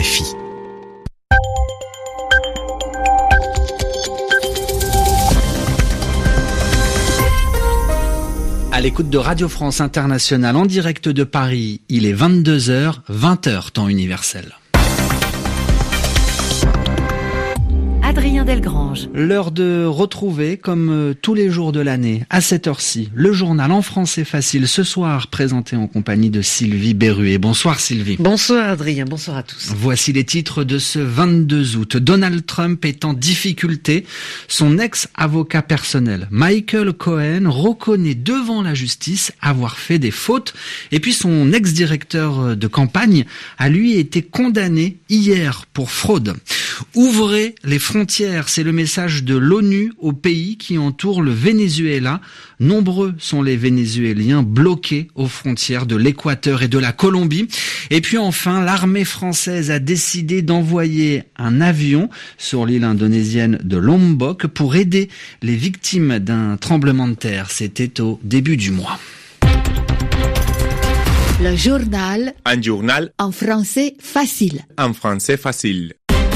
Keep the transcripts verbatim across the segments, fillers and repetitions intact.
F I. À l'écoute de Radio France Internationale en direct de Paris, il est vingt-deux heures, vingt heures temps universel. Adrien Delgrange. L'heure de retrouver, comme tous les jours de l'année, à cette heure-ci, le journal en français facile, ce soir présenté en compagnie de Sylvie Berruet. Bonsoir Sylvie. Bonsoir Adrien, bonsoir à tous. Voici les titres de ce vingt-deux août. Donald Trump est en difficulté. Son ex-avocat personnel, Michael Cohen, reconnaît devant la justice avoir fait des fautes. Et puis son ex-directeur de campagne a lui été condamné hier pour fraude. Ouvrez les frontières, c'est le message de l'ONU aux pays qui entourent le Venezuela. Nombreux sont les Vénézuéliens bloqués aux frontières de l'Équateur et de la Colombie. Et puis enfin, l'armée française a décidé d'envoyer un avion sur l'île indonésienne de Lombok pour aider les victimes d'un tremblement de terre. C'était au début du mois. Le journal. Un journal. En français facile. En français facile.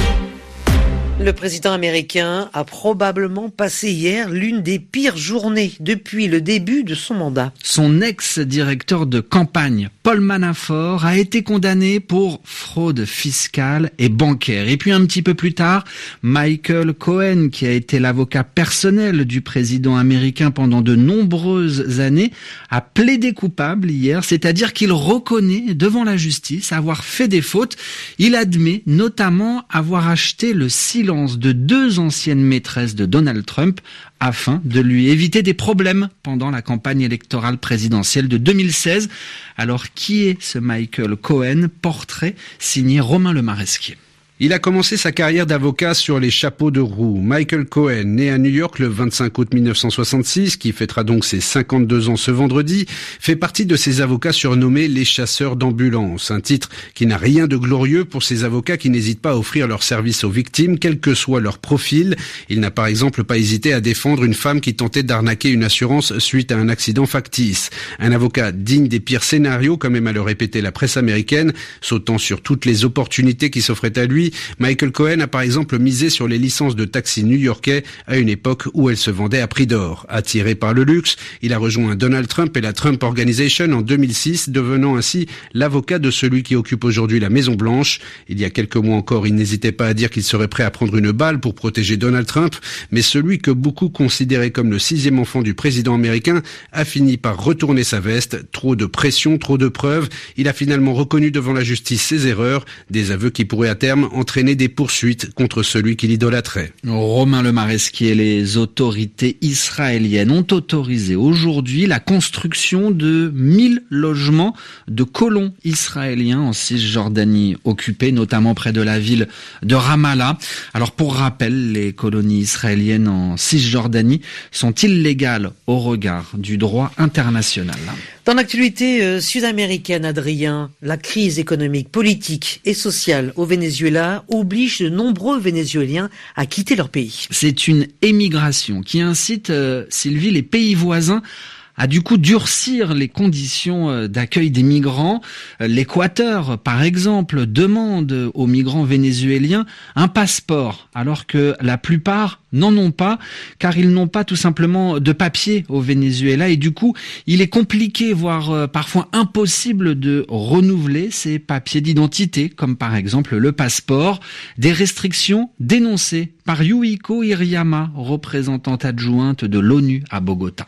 Le président américain a probablement passé hier l'une des pires journées depuis le début de son mandat. Son ex-directeur de campagne, Paul Manafort, a été condamné pour fraude fiscale et bancaire. Et puis un petit peu plus tard, Michael Cohen, qui a été l'avocat personnel du président américain pendant de nombreuses années, a plaidé coupable hier, c'est-à-dire qu'il reconnaît devant la justice avoir fait des fautes. Il admet notamment avoir acheté le silence de deux anciennes maîtresses de Donald Trump afin de lui éviter des problèmes pendant la campagne électorale présidentielle de deux mille seize. Alors, qui est ce Michael Cohen? Portrait signé Romain Lemaresquier. Il a commencé sa carrière d'avocat sur les chapeaux de roue. Michael Cohen, né à New York le vingt-cinq août mille neuf cent soixante-six, qui fêtera donc ses cinquante-deux ans ce vendredi, fait partie de ces avocats surnommés les chasseurs d'ambulance. Un titre qui n'a rien de glorieux pour ces avocats qui n'hésitent pas à offrir leur service aux victimes, quel que soit leur profil. Il n'a par exemple pas hésité à défendre une femme qui tentait d'arnaquer une assurance suite à un accident factice. Un avocat digne des pires scénarios, comme aime à le répéter la presse américaine, sautant sur toutes les opportunités qui s'offraient à lui. Michael Cohen a par exemple misé sur les licences de taxi new-yorkais à une époque où elles se vendaient à prix d'or. Attiré par le luxe, il a rejoint Donald Trump et la Trump Organization en deux mille six, devenant ainsi l'avocat de celui qui occupe aujourd'hui la Maison Blanche. Il y a quelques mois encore, il n'hésitait pas à dire qu'il serait prêt à prendre une balle pour protéger Donald Trump, mais celui que beaucoup considéraient comme le sixième enfant du président américain a fini par retourner sa veste. Trop de pression, trop de preuves. Il a finalement reconnu devant la justice ses erreurs, des aveux qui pourraient à terme entraîner des poursuites contre celui qui l'idolâtrait. Romain Lemaresquier, les autorités israéliennes ont autorisé aujourd'hui la construction de mille logements de colons israéliens en Cisjordanie occupée, notamment près de la ville de Ramallah. Alors pour rappel, les colonies israéliennes en Cisjordanie sont illégales au regard du droit international. Dans l'actualité euh, sud-américaine, Adrien, la crise économique, politique et sociale au Venezuela oblige de nombreux Vénézuéliens à quitter leur pays. C'est une émigration qui incite, euh, Sylvie, les pays voisins à du coup durcir les conditions d'accueil des migrants. L'Équateur, par exemple, demande aux migrants vénézuéliens un passeport, alors que la plupart n'en ont pas, car ils n'ont pas tout simplement de papier au Venezuela, et du coup, il est compliqué, voire parfois impossible de renouveler ces papiers d'identité, comme par exemple le passeport. Des restrictions dénoncées par Yuiko Iriyama, représentante adjointe de l'ONU à Bogota.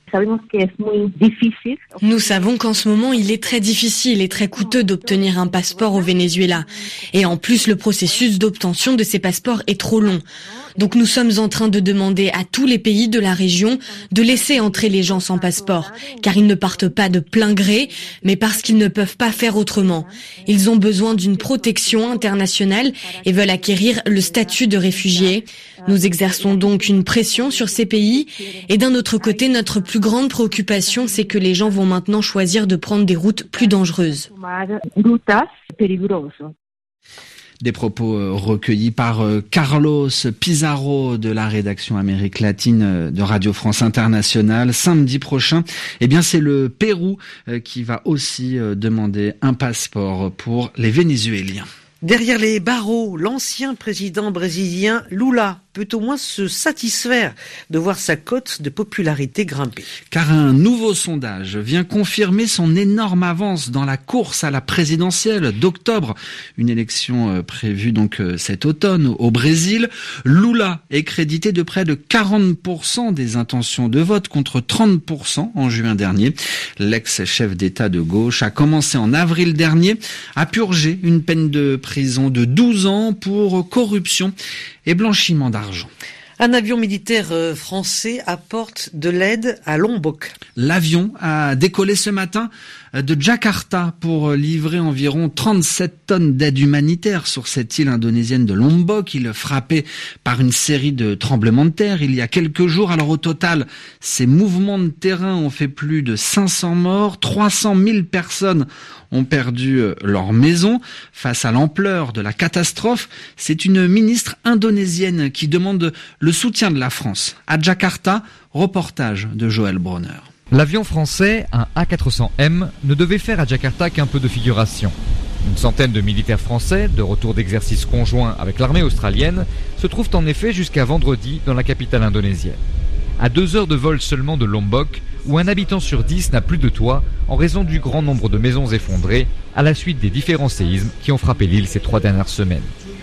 Nous savons qu'en ce moment, il est très difficile et très coûteux d'obtenir un passeport au Venezuela. Et en plus, le processus d'obtention de ces passeports est trop long. Donc nous sommes en train de demander à tous les pays de la région de laisser entrer les gens sans passeport, car ils ne partent pas de plein gré, mais parce qu'ils ne peuvent pas faire autrement. Ils ont besoin d'une protection internationale et veulent acquérir le statut de réfugié. Nous exerçons donc une pression sur ces pays. Et d'un autre côté, notre plus grande préoccupation, c'est que les gens vont maintenant choisir de prendre des routes plus dangereuses. Des propos recueillis par Carlos Pizarro de la rédaction Amérique latine de Radio France Internationale. Samedi prochain, eh bien, c'est le Pérou qui va aussi demander un passeport pour les Vénézuéliens. Derrière les barreaux, l'ancien président brésilien Lula peut au moins se satisfaire de voir sa cote de popularité grimper. Car un nouveau sondage vient confirmer son énorme avance dans la course à la présidentielle d'octobre. Une élection prévue donc cet automne au Brésil. Lula est crédité de près de quarante pour cent des intentions de vote contre trente pour cent en juin dernier. L'ex-chef d'État de gauche a commencé en avril dernier à purger une peine de prison de douze ans pour corruption et blanchiment d'argent. Un avion militaire français apporte de l'aide à Lombok. L'avion a décollé ce matin de Jakarta pour livrer environ trente-sept tonnes d'aide humanitaire sur cette île indonésienne de Lombok. Il est frappé par une série de tremblements de terre il y a quelques jours. Alors au total, ces mouvements de terrain ont fait plus de cinq cents morts, trois cent mille personnes ont perdu leur maison. Face à l'ampleur de la catastrophe, c'est une ministre indonésienne qui demande le soutien de la France. À Jakarta, reportage de Joël Bronner. L'avion français, un A quatre cents M, ne devait faire à Jakarta qu'un peu de figuration. Une centaine de militaires français, de retour d'exercice conjoint avec l'armée australienne, se trouvent en effet jusqu'à vendredi dans la capitale indonésienne. À deux heures de vol seulement de Lombok, où un habitant sur dix n'a plus de toit en raison du grand nombre de maisons effondrées à la suite des différents séismes qui ont frappé l'île ces trois dernières semaines.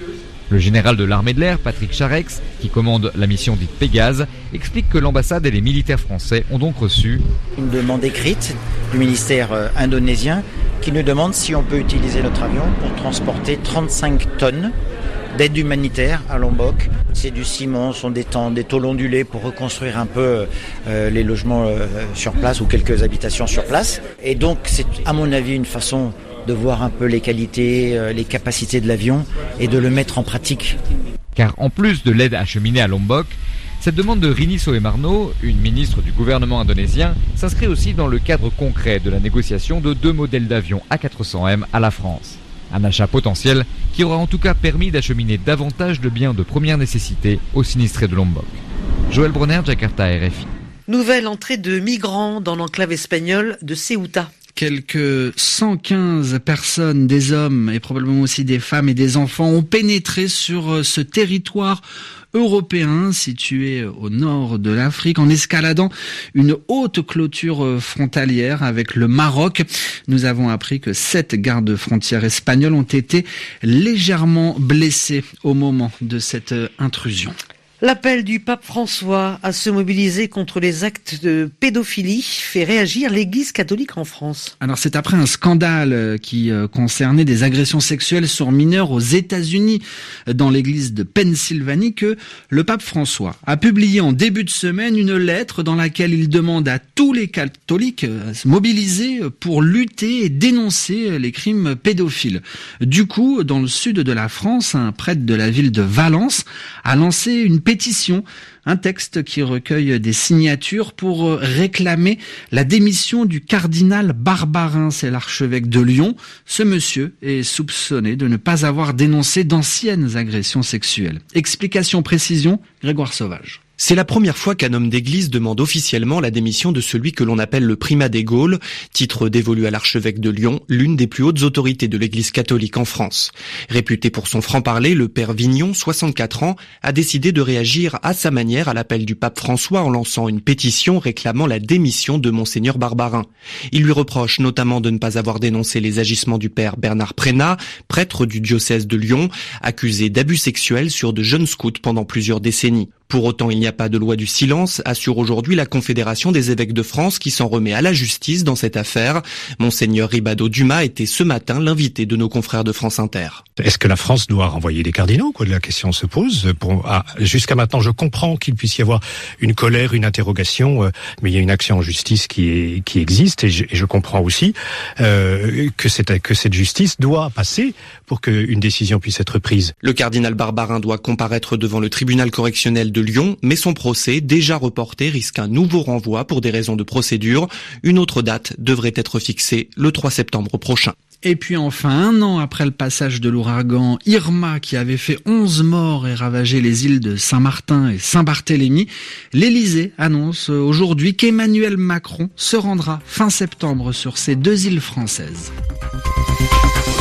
Le général de l'armée de l'air, Patrick Charex, qui commande la mission dite Pégase, explique que l'ambassade et les militaires français ont donc reçu une demande écrite du ministère indonésien qui nous demande si on peut utiliser notre avion pour transporter trente-cinq tonnes d'aide humanitaire à Lombok. C'est du ciment, sont des, temps, des tôles ondulées pour reconstruire un peu euh, les logements euh, sur place ou quelques habitations sur place. Et donc c'est à mon avis une façon de voir un peu les qualités, euh, les capacités de l'avion et de le mettre en pratique. Car en plus de l'aide acheminée à Lombok, cette demande de Rini Soemarno, une ministre du gouvernement indonésien, s'inscrit aussi dans le cadre concret de la négociation de deux modèles d'avions A quatre cents M à la France. Un achat potentiel qui aura en tout cas permis d'acheminer davantage de biens de première nécessité aux sinistrés de Lombok. Joël Bronner, Jakarta, R F I. Nouvelle entrée de migrants dans l'enclave espagnole de Ceuta. Quelques cent quinze personnes, des hommes et probablement aussi des femmes et des enfants, ont pénétré sur ce territoire européen situé au nord de l'Afrique en escaladant une haute clôture frontalière avec le Maroc. Nous avons appris que sept gardes frontières espagnols ont été légèrement blessés au moment de cette intrusion. L'appel du pape François à se mobiliser contre les actes de pédophilie fait réagir l'Église catholique en France. Alors c'est après un scandale qui concernait des agressions sexuelles sur mineurs aux États-Unis dans l'Église de Pennsylvanie que le pape François a publié en début de semaine une lettre dans laquelle il demande à tous les catholiques à se mobiliser pour lutter et dénoncer les crimes pédophiles. Du coup, dans le sud de la France, un prêtre de la ville de Valence a lancé une pétition, un texte qui recueille des signatures pour réclamer la démission du cardinal Barbarin, c'est l'archevêque de Lyon. Ce monsieur est soupçonné de ne pas avoir dénoncé d'anciennes agressions sexuelles. Explication, précision, Grégoire Sauvage. C'est la première fois qu'un homme d'église demande officiellement la démission de celui que l'on appelle le primat des Gaules, titre dévolu à l'archevêque de Lyon, l'une des plus hautes autorités de l'église catholique en France. Réputé pour son franc-parler, le père Vignon, soixante-quatre ans, a décidé de réagir à sa manière à l'appel du pape François en lançant une pétition réclamant la démission de Monseigneur Barbarin. Il lui reproche notamment de ne pas avoir dénoncé les agissements du père Bernard Prénat, prêtre du diocèse de Lyon, accusé d'abus sexuels sur de jeunes scouts pendant plusieurs décennies. Pour autant, il n'y a pas de loi du silence, assure aujourd'hui la Confédération des évêques de France qui s'en remet à la justice dans cette affaire. Monseigneur Ribado-Dumas était ce matin l'invité de nos confrères de France Inter. Est-ce que la France doit renvoyer les cardinaux, quoi? La question se pose. Pour, ah, jusqu'à maintenant, je comprends qu'il puisse y avoir une colère, une interrogation, euh, mais il y a une action en justice qui est, qui existe, et je, et je comprends aussi euh, que cette, que cette justice doit passer pour qu'une décision puisse être prise. Le cardinal Barbarin doit comparaître devant le tribunal correctionnel de Lyon, mais son procès, déjà reporté, risque un nouveau renvoi pour des raisons de procédure. Une autre date devrait être fixée le trois septembre prochain. Et puis enfin, un an après le passage de l'ouragan Irma qui avait fait onze morts et ravagé les îles de Saint-Martin et Saint-Barthélemy, l'Élysée annonce aujourd'hui qu'Emmanuel Macron se rendra fin septembre sur ces deux îles françaises.